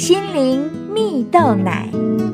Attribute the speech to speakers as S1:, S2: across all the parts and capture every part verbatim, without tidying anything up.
S1: 心灵蜜豆奶。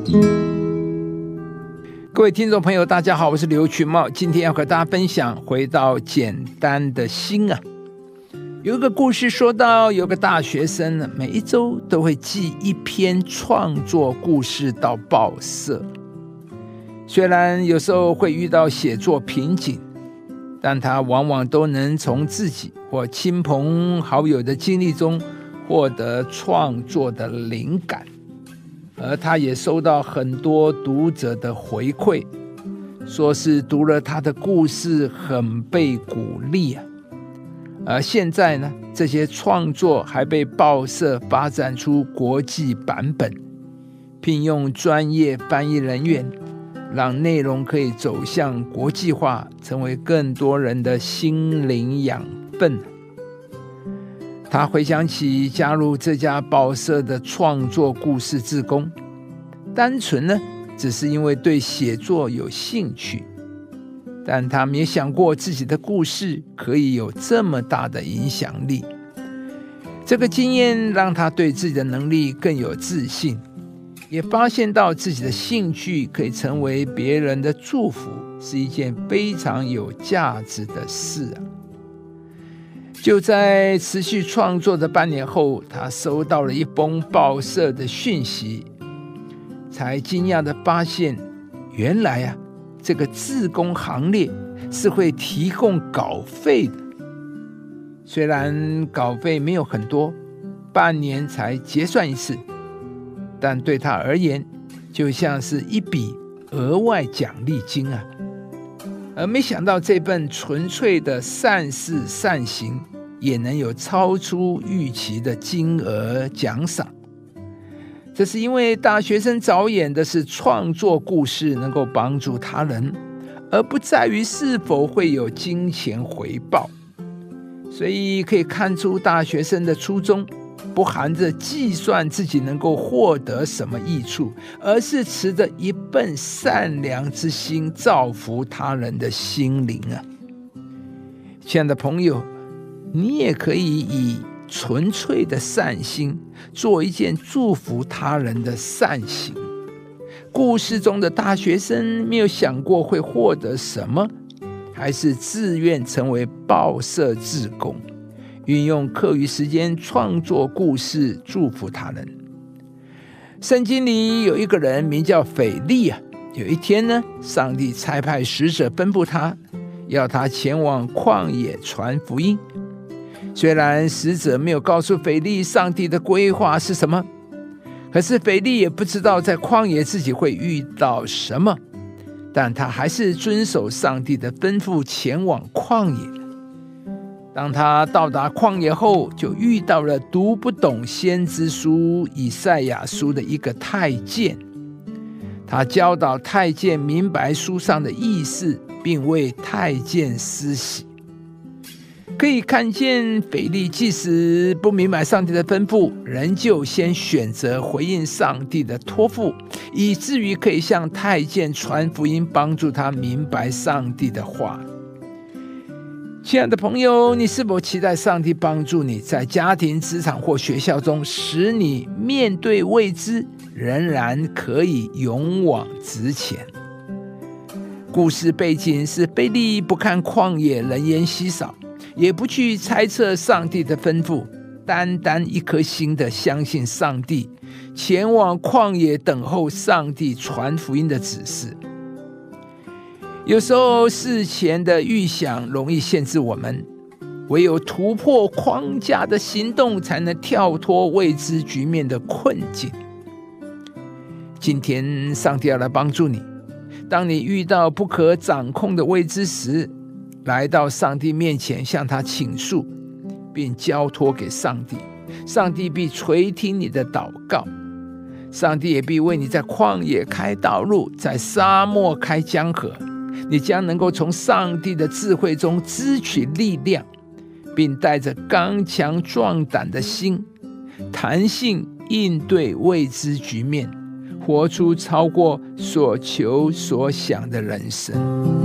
S2: 各位听众朋友大家好，我是刘群茂，今天要和大家分享回到简单的心啊。有一个故事说到，有个大学生每一周都会寄一篇创作故事到报社，虽然有时候会遇到写作瓶颈，但他往往都能从自己或亲朋好友的经历中获得创作的灵感，而他也收到很多读者的回馈，说是读了他的故事很被鼓励啊。而现在呢，这些创作还被报社发展出国际版本，聘用专业翻译人员，让内容可以走向国际化，成为更多人的心灵养分。他回想起加入这家报社的创作故事志工，单纯呢，只是因为对写作有兴趣，但他没想过自己的故事可以有这么大的影响力。这个经验让他对自己的能力更有自信，也发现到自己的兴趣可以成为别人的祝福，是一件非常有价值的事啊。就在持续创作的半年后，他收到了一封报社的讯息，才惊讶地发现，原来啊，这个志工行列是会提供稿费的。虽然稿费没有很多，半年才结算一次，但对他而言，就像是一笔额外奖励金啊。而没想到这份纯粹的善事善行，也能有超出预期的金额奖赏。这是因为大学生着眼的是创作故事能够帮助他人，而不在于是否会有金钱回报。所以可以看出大学生的初衷不含着计算自己能够获得什么益处，而是持着一份善良之心造福他人的心灵啊。亲爱的朋友，你也可以以纯粹的善心做一件祝福他人的善行。故事中的大学生没有想过会获得什么，还是自愿成为报社志工，运用课余时间创作故事祝福他人。圣经里有一个人名叫腓力啊，有一天呢，上帝差派使者吩咐他，要他前往旷野传福音。虽然使者没有告诉腓力上帝的规划是什么，可是腓力也不知道在旷野自己会遇到什么，但他还是遵守上帝的吩咐前往旷野。当他到达旷野后，就遇到了读不懂先知书以赛亚书的一个太监。他教导太监明白书上的意思，并为太监施洗。可以看见腓力即使不明白上帝的吩咐，仍旧先选择回应上帝的托付，以至于可以向太监传福音，帮助他明白上帝的话。亲爱的朋友，你是否期待上帝帮助你在家庭、职场或学校中，使你面对未知仍然可以勇往直前？故事背景是腓力不看旷野人烟稀少，也不去猜测上帝的吩咐，单单一颗心的相信上帝，前往旷野等候上帝传福音的指示。有时候事前的预想容易限制我们，唯有突破框架的行动，才能跳脱未知局面的困境。今天上帝要来帮助你，当你遇到不可掌控的未知时，来到上帝面前向他倾诉，并交托给上帝，上帝必垂听你的祷告，上帝也必为你在旷野开道路，在沙漠开江河。你将能够从上帝的智慧中支取力量，并带着刚强壮胆的心，弹性应对未知局面，活出超过所求所想的人生。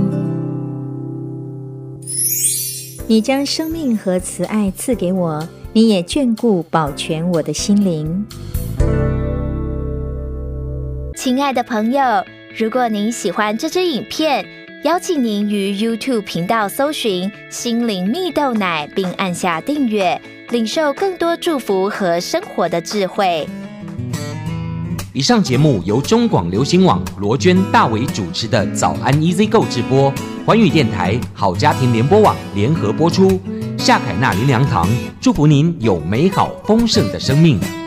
S1: 你将生命和慈爱赐给我，你也眷顾保全我的心灵。 亲爱的朋友，如果您喜欢这支影片，邀请您于 YouTube 频道搜寻心灵蜜豆奶，并按下订阅，领受更多祝福和生活的智慧。
S3: 以上节目由中广流行网罗娟、大伟主持的早安 E Z Go 直播，环宇电台、好家庭联播网联合播出。夏凯纳林良堂祝福您有美好丰盛的生命。